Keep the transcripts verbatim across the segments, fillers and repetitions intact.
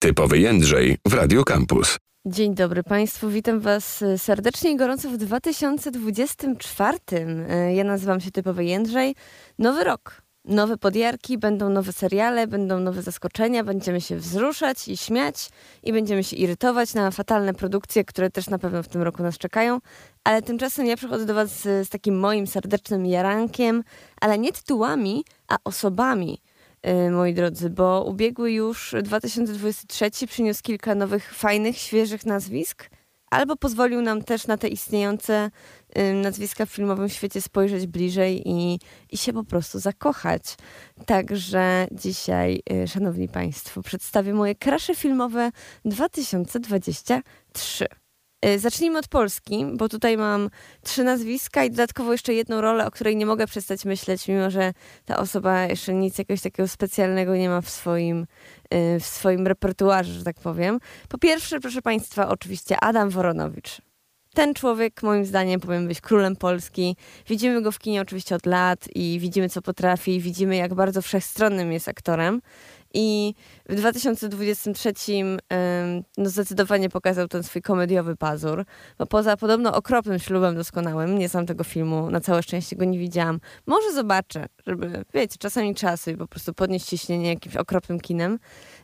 Typowy Jędrzej w Radio Campus. Dzień dobry Państwu, witam Was serdecznie i gorąco w dwa tysiące dwudziestym czwartym. Ja nazywam się Typowy Jędrzej. Nowy rok, nowe podjarki, będą nowe seriale, będą nowe zaskoczenia, będziemy się wzruszać i śmiać i będziemy się irytować na fatalne produkcje, które też na pewno w tym roku nas czekają. Ale tymczasem ja przychodzę do Was z, z takim moim serdecznym jarankiem, ale nie tytułami, a osobami. Moi drodzy, bo ubiegły już dwa tysiące dwudziesty trzeci przyniósł kilka nowych, fajnych, świeżych nazwisk, albo pozwolił nam też na te istniejące nazwiska w filmowym świecie spojrzeć bliżej i, i się po prostu zakochać. Także dzisiaj, szanowni Państwo, przedstawię moje krasze filmowe dwa tysiące dwudziesty trzeci. Zacznijmy od Polski, bo tutaj mam trzy nazwiska i dodatkowo jeszcze jedną rolę, o której nie mogę przestać myśleć, mimo że ta osoba jeszcze nic jakiegoś takiego specjalnego nie ma w swoim, w swoim repertuarze, że tak powiem. Po pierwsze, proszę Państwa, oczywiście Adam Woronowicz. Ten człowiek, moim zdaniem, powinien być królem Polski. Widzimy go w kinie oczywiście od lat i widzimy, co potrafi. Widzimy, jak bardzo wszechstronnym jest aktorem. I w dwa tysiące dwudziestym trzecim no zdecydowanie pokazał ten swój komediowy pazur. Bo poza podobno okropnym Ślubem doskonałym, nie znam tego filmu, na całe szczęście go nie widziałam. Może zobaczę, żeby, wiecie, czasami czasu i po prostu podnieść ciśnienie jakimś okropnym kinem.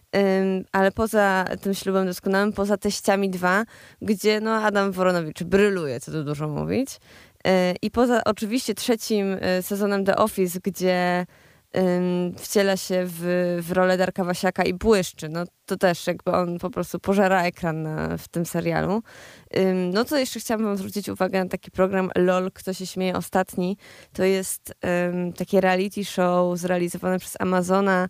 Um, ale poza tym Ślubem doskonałym, poza Teściami dwa, gdzie no Adam Woronowicz bryluje, co tu dużo mówić. Yy, I poza oczywiście trzecim yy, sezonem The Office, gdzie yy, wciela się w, w rolę Darka Wasiaka i błyszczy. No to też jakby on po prostu pożera ekran na, w tym serialu. Yy, no to jeszcze chciałam wam zwrócić uwagę na taki program LOL, Kto się śmieje ostatni. To jest yy, takie reality show zrealizowane przez Amazona,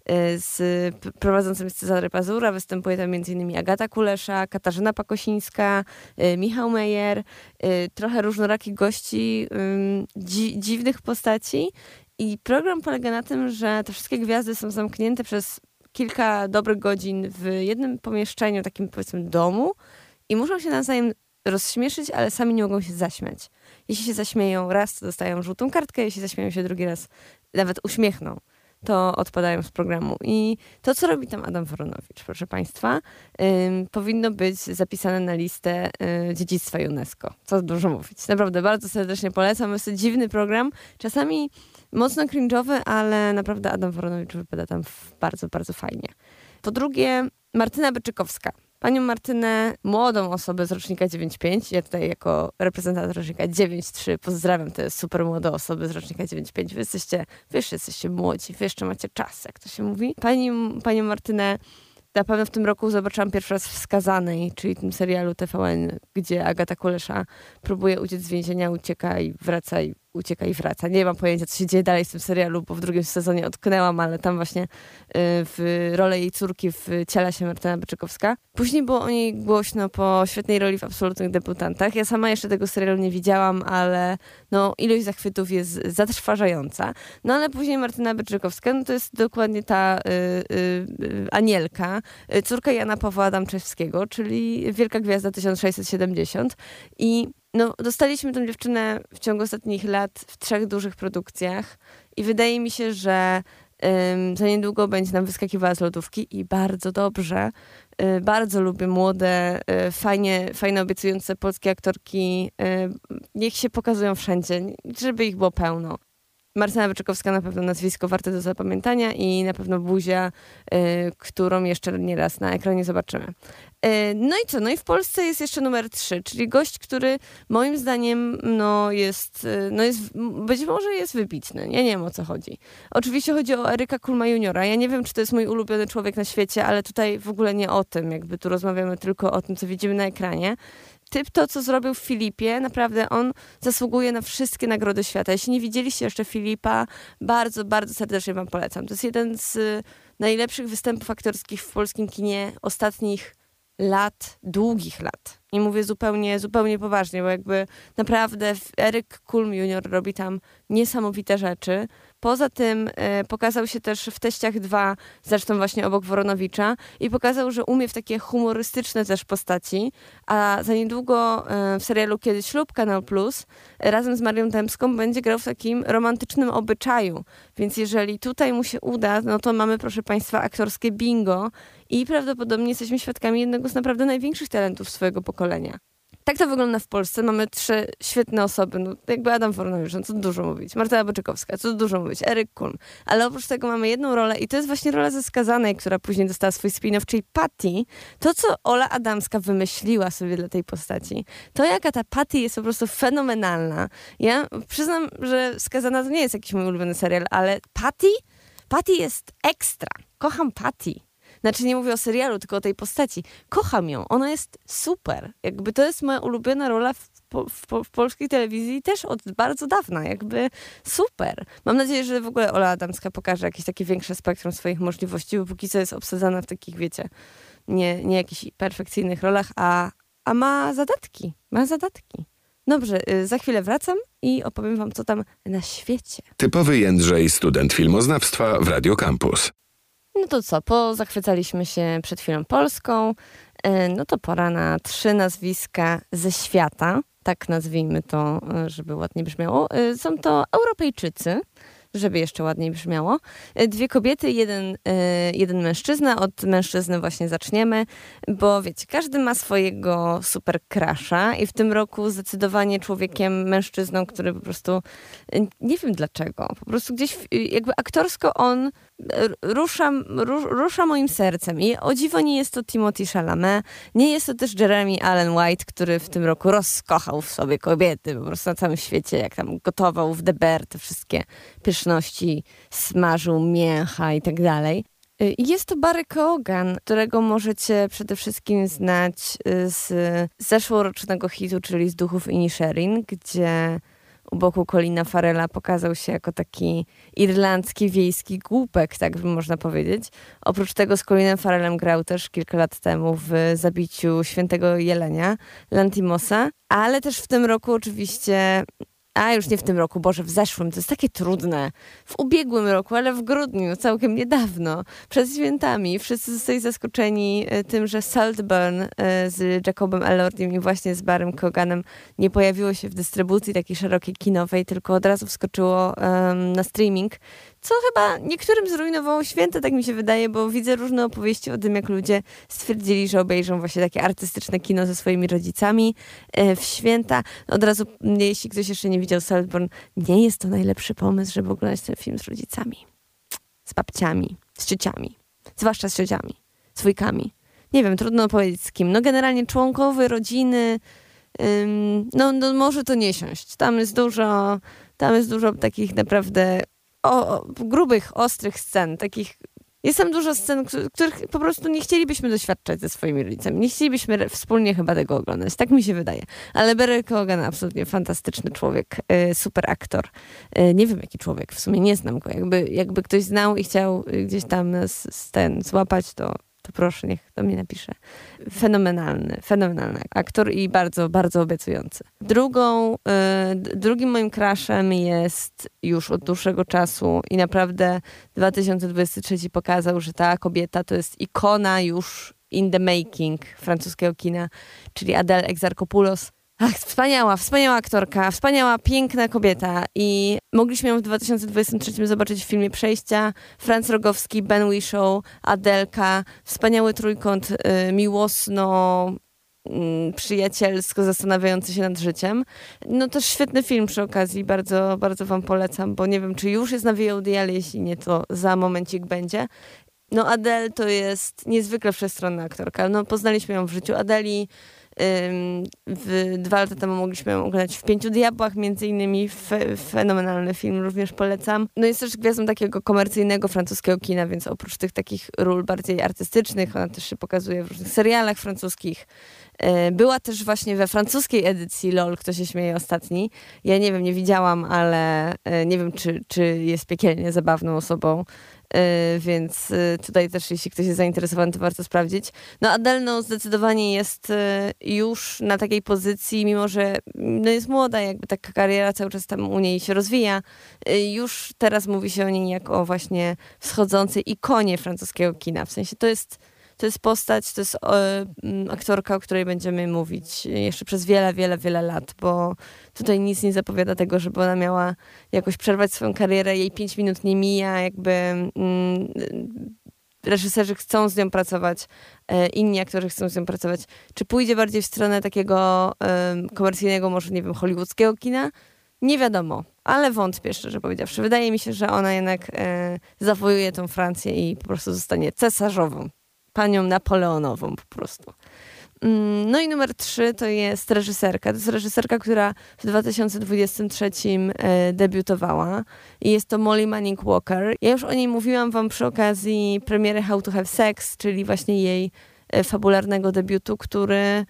z prowadzącym jest Cezary Pazura. Występuje tam między innymi Agata Kulesza, Katarzyna Pakosińska, Michał Mejer, trochę różnorakich gości, dzi- dziwnych postaci. I program polega na tym, że te wszystkie gwiazdy są zamknięte przez kilka dobrych godzin w jednym pomieszczeniu, takim powiedzmy domu i muszą się nawzajem rozśmieszyć, ale sami nie mogą się zaśmiać. Jeśli się zaśmieją raz, to dostają żółtą kartkę, jeśli zaśmieją się drugi raz, nawet uśmiechną, to odpadają z programu. I to, co robi tam Adam Woronowicz, proszę Państwa, ym, powinno być zapisane na listę y, dziedzictwa UNESCO. Co dużo mówić. Naprawdę bardzo serdecznie polecam. Jest to dziwny program, czasami mocno cringe'owy, ale naprawdę Adam Woronowicz wypada tam bardzo, bardzo fajnie. Po drugie, Martyna Byczykowska. Panią Martynę, młodą osobę z rocznika dziewięć pięć, ja tutaj jako reprezentant rocznika dziewięć trzy pozdrawiam te super młode osoby z rocznika dziewięć pięć. Wy jesteście, wy jeszcze jesteście młodzi, wy jeszcze macie czas, jak to się mówi. Pani, panią Martynę na pewno w tym roku zobaczyłam pierwszy raz w Skazanej, czyli tym serialu T V N, gdzie Agata Kulesza próbuje uciec z więzienia, ucieka i wraca i ucieka i wraca. Nie mam pojęcia, co się dzieje dalej w tym serialu, bo w drugim sezonie odknęłam, ale tam właśnie y, w rolę jej córki wciela się Martyna Byczykowska. Później było o niej głośno po świetnej roli w Absolutnych debiutantach. Ja sama jeszcze tego serialu nie widziałam, ale no, ilość zachwytów jest zatrważająca. No ale później Martyna Byczykowska, no to jest dokładnie ta y, y, y, Anielka, y, córka Jana Pawła Adamczewskiego, czyli wielka gwiazda tysiąc sześćset siedemdziesiąt. I no, dostaliśmy tę dziewczynę w ciągu ostatnich lat w trzech dużych produkcjach i wydaje mi się, że ym, za niedługo będzie nam wyskakiwała z lodówki i bardzo dobrze. Y, bardzo lubię młode, y, fajnie, fajne, obiecujące polskie aktorki. Y, niech się pokazują wszędzie, żeby ich było pełno. Martyna Byczykowska na pewno nazwisko warte do zapamiętania i na pewno buzia, y, którą jeszcze nie raz na ekranie zobaczymy. Y, no i co? No i w Polsce jest jeszcze numer trzy, czyli gość, który moim zdaniem no jest, y, no jest, być może jest wybitny. Ja nie wiem, o co chodzi. Oczywiście chodzi o Eryka Kulma juniora. Ja nie wiem, czy to jest mój ulubiony człowiek na świecie, ale tutaj w ogóle nie o tym. Jakby tu rozmawiamy tylko o tym, co widzimy na ekranie. Typ to, co zrobił w Filipie, naprawdę on zasługuje na wszystkie nagrody świata. Jeśli nie widzieliście jeszcze Filipa, bardzo, bardzo serdecznie wam polecam. To jest jeden z najlepszych występów aktorskich w polskim kinie ostatnich lat, długich lat. I mówię zupełnie, zupełnie poważnie, bo jakby naprawdę Eryk Kulm junior robi tam niesamowite rzeczy. Poza tym e, pokazał się też w Teściach dwa, zresztą właśnie obok Woronowicza, i pokazał, że umie w takie humorystyczne też postaci, a za niedługo e, w serialu Kiedy ślub, Kanal Plus, e, razem z Marią Dębską będzie grał w takim romantycznym obyczaju. Więc jeżeli tutaj mu się uda, no to mamy, proszę Państwa, aktorskie bingo i prawdopodobnie jesteśmy świadkami jednego z naprawdę największych talentów swojego pokolenia. Tak to wygląda w Polsce. Mamy trzy świetne osoby, no jakby Adam Woronowicz, no co dużo mówić, Marta Boczykowska, co dużo mówić, Eryk Kulm. Ale oprócz tego mamy jedną rolę i to jest właśnie rola ze Skazanej, która później dostała swój spin-off, czyli Patty. To, co Ola Adamska wymyśliła sobie dla tej postaci, to jaka ta Patty jest po prostu fenomenalna. Ja przyznam, że Skazana to nie jest jakiś mój ulubiony serial, ale Patty? Patty jest ekstra. Kocham Patty. Znaczy nie mówię o serialu, tylko o tej postaci. Kocham ją. Ona jest super. Jakby to jest moja ulubiona rola w, po, w, w polskiej telewizji też od bardzo dawna. Jakby super. Mam nadzieję, że w ogóle Ola Adamska pokaże jakieś takie większe spektrum swoich możliwości, bo póki co jest obsadzana w takich, wiecie, nie, nie jakichś perfekcyjnych rolach, a, a ma zadatki. Ma zadatki. Dobrze, y, za chwilę wracam i opowiem wam, co tam na świecie. Typowy Jędrzej, student filmoznawstwa w Radio Campus. No to co, pozachwycaliśmy się przed chwilą Polską, no to pora na trzy nazwiska ze świata, tak nazwijmy to, żeby ładnie brzmiało. Są to Europejczycy, żeby jeszcze ładniej brzmiało. Dwie kobiety, jeden, jeden mężczyzna. Od mężczyzny właśnie zaczniemy, bo wiecie, każdy ma swojego super crusha i w tym roku zdecydowanie człowiekiem, mężczyzną, który po prostu, nie wiem dlaczego, po prostu gdzieś jakby aktorsko on rusza, rusza moim sercem i o dziwo nie jest to Timothée Chalamet, nie jest to też Jeremy Allen White, który w tym roku rozkochał w sobie kobiety po prostu na całym świecie, jak tam gotował w The Bear te wszystkie pyszności, smażył mięcha i tak dalej. Jest to Barry Keoghan, którego możecie przede wszystkim znać z zeszłorocznego hitu, czyli z Duchów Inisherin, gdzie u boku Colina Farrella pokazał się jako taki irlandzki, wiejski głupek, tak by można powiedzieć. Oprócz tego z Colinem Farrellem grał też kilka lat temu w Zabiciu Świętego Jelenia, Lantimosa, ale też w tym roku oczywiście... A już nie w tym roku, Boże, w zeszłym. To jest takie trudne. W ubiegłym roku, ale w grudniu, całkiem niedawno, przed świętami. Wszyscy zostali zaskoczeni tym, że Saltburn z Jacobem Elordiem i właśnie z Barrym Keoghanem nie pojawiło się w dystrybucji takiej szerokiej kinowej, tylko od razu wskoczyło um, na streaming, co chyba niektórym zrujnowało święta, tak mi się wydaje, bo widzę różne opowieści o tym, jak ludzie stwierdzili, że obejrzą właśnie takie artystyczne kino ze swoimi rodzicami w święta. Od razu, jeśli ktoś jeszcze nie widział Saltburn, nie jest to najlepszy pomysł, żeby oglądać ten film z rodzicami, z babciami, z ciociami, zwłaszcza z ciociami, z wujkami. Nie wiem, trudno powiedzieć z kim. No generalnie członkowie rodziny, ym, no, no może to nie siąść. Tam jest dużo, tam jest dużo takich naprawdę o, o, grubych, ostrych scen, takich. Jest tam dużo scen, których po prostu nie chcielibyśmy doświadczać ze swoimi rodzicami. Nie chcielibyśmy wspólnie chyba tego oglądać. Tak mi się wydaje. Ale Barry Keoghan absolutnie fantastyczny człowiek, super aktor. Nie wiem jaki człowiek, w sumie nie znam go. Jakby, jakby ktoś znał i chciał gdzieś tam nas ten złapać, to, to proszę, niech do mnie napisze. Fenomenalny, fenomenalny aktor i bardzo, bardzo obiecujący. Drugą, y, drugim moim crushem jest już od dłuższego czasu i naprawdę dwa tysiące dwudziesty trzeci pokazał, że ta kobieta to jest ikona już in the making francuskiego kina, czyli Adele Exarchopoulos. Ach, wspaniała, wspaniała aktorka, wspaniała, piękna kobieta i mogliśmy ją w dwa tysiące dwudziestym trzecim zobaczyć w filmie Przejścia. Franz Rogowski, Ben Whishaw, Adelka, wspaniały trójkąt y, miłosno, y, przyjacielsko zastanawiający się nad życiem. No też świetny film przy okazji, bardzo, bardzo wam polecam, bo nie wiem, czy już jest na V O D, ale jeśli nie, to za momencik będzie. No Adele to jest niezwykle wszechstronna aktorka. No poznaliśmy ją w życiu Adeli. W, dwa lata temu mogliśmy ją oglądać w Pięciu Diabłach, między innymi fe, fenomenalny film, również polecam. No jest też gwiazdą takiego komercyjnego francuskiego kina, więc oprócz tych takich ról bardziej artystycznych, ona też się pokazuje w różnych serialach francuskich. Była też właśnie we francuskiej edycji L O L, kto się śmieje ostatni. Ja nie wiem, nie widziałam, ale nie wiem, czy, czy jest piekielnie zabawną osobą. więc tutaj też jeśli ktoś jest zainteresowany, to warto sprawdzić. No Adele no, zdecydowanie jest już na takiej pozycji, mimo że no, jest młoda, jakby taka kariera cały czas tam u niej się rozwija. Już teraz mówi się o niej jako o właśnie wschodzącej ikonie francuskiego kina. W sensie to jest To jest postać, to jest o, aktorka, o której będziemy mówić jeszcze przez wiele, wiele, wiele lat, bo tutaj nic nie zapowiada tego, żeby ona miała jakoś przerwać swoją karierę. Jej pięć minut nie mija, jakby mm, reżyserzy chcą z nią pracować, e, inni aktorzy chcą z nią pracować. Czy pójdzie bardziej w stronę takiego e, komercyjnego, może nie wiem, hollywoodzkiego kina? Nie wiadomo, ale wątpię, szczerze powiedziawszy. Wydaje mi się, że ona jednak e, zawojuje tą Francję i po prostu zostanie cesarzową. Panią Napoleonową po prostu. No i numer trzy to jest reżyserka. To jest reżyserka, która w dwa tysiące dwudziestym trzecim e, debiutowała i jest to Molly Manning Walker. Ja już o niej mówiłam wam przy okazji premiery How to Have Sex, czyli właśnie jej e, fabularnego debiutu, który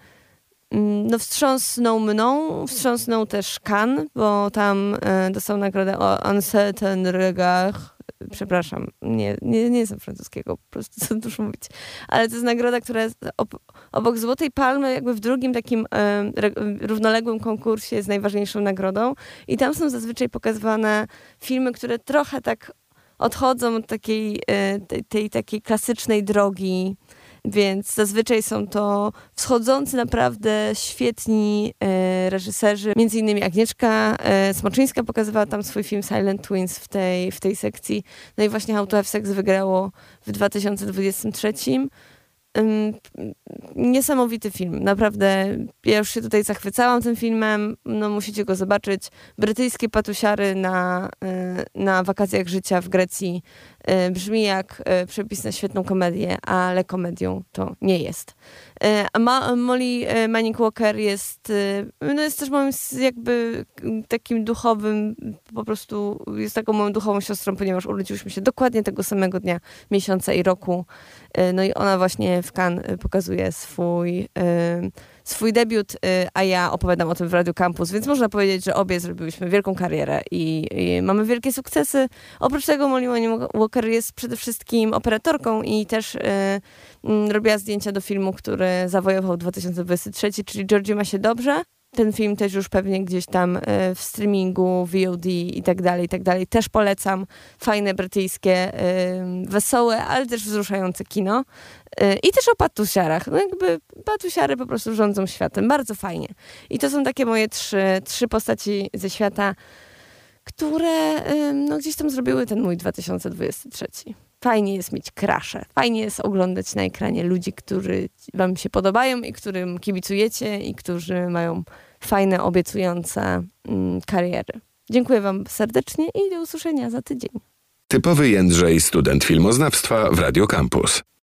no, wstrząsnął mną, wstrząsnął też Cannes, bo tam e, dostał nagrodę o Un certain regard. Przepraszam, nie, nie, nie jestem francuskiego, po prostu co dużo mówić. Ale to jest nagroda, która jest ob, obok Złotej Palmy, jakby w drugim takim e, re, równoległym konkursie jest najważniejszą nagrodą. I tam są zazwyczaj pokazywane filmy, które trochę tak odchodzą od takiej, e, tej, tej takiej klasycznej drogi. Więc zazwyczaj są to wschodzący naprawdę świetni e, reżyserzy. Między innymi Agnieszka e, Smoczyńska pokazywała tam swój film Silent Twins w tej, w tej sekcji. No i właśnie How to Have Sex wygrało w dwa tysiące dwudziestym trzecim. Ym, niesamowity film, naprawdę. Ja już się tutaj zachwycałam tym filmem, no musicie go zobaczyć. Brytyjskie patusiary na, y, na wakacjach życia w Grecji y, brzmi jak y, przepis na świetną komedię, ale komedią to nie jest. Y, a Ma- Molly y, Manning Walker jest, y, no jest też moim jakby takim duchowym, po prostu jest taką moją duchową siostrą, ponieważ urodziłyśmy się dokładnie tego samego dnia, miesiąca i roku. Y, no i ona właśnie w Cannes pokazuje swój, y, swój debiut, y, a ja opowiadam o tym w Radio Campus, więc można powiedzieć, że obie zrobiłyśmy wielką karierę i, i mamy wielkie sukcesy. Oprócz tego Molly Manning Walker jest przede wszystkim operatorką i też y, y, robiła zdjęcia do filmu, który zawojował dwa tysiące dwudziesty trzeci, czyli Georgie ma się dobrze. Ten film też już pewnie gdzieś tam w streamingu, V O D i tak dalej, i tak dalej. Też polecam. Fajne, brytyjskie, wesołe, ale też wzruszające kino. I też o patusiarach. No jakby patusiary po prostu rządzą światem. Bardzo fajnie. I to są takie moje trzy, trzy postaci ze świata, które no, gdzieś tam zrobiły ten mój dwa tysiące dwudziesty trzeci. Fajnie jest mieć krasze. Fajnie jest oglądać na ekranie ludzi, którzy wam się podobają i którym kibicujecie i którzy mają fajne, obiecujące mm, kariery. Dziękuję wam serdecznie i do usłyszenia za tydzień. Typowy Jędrzej, student filmoznawstwa w Radio Campus.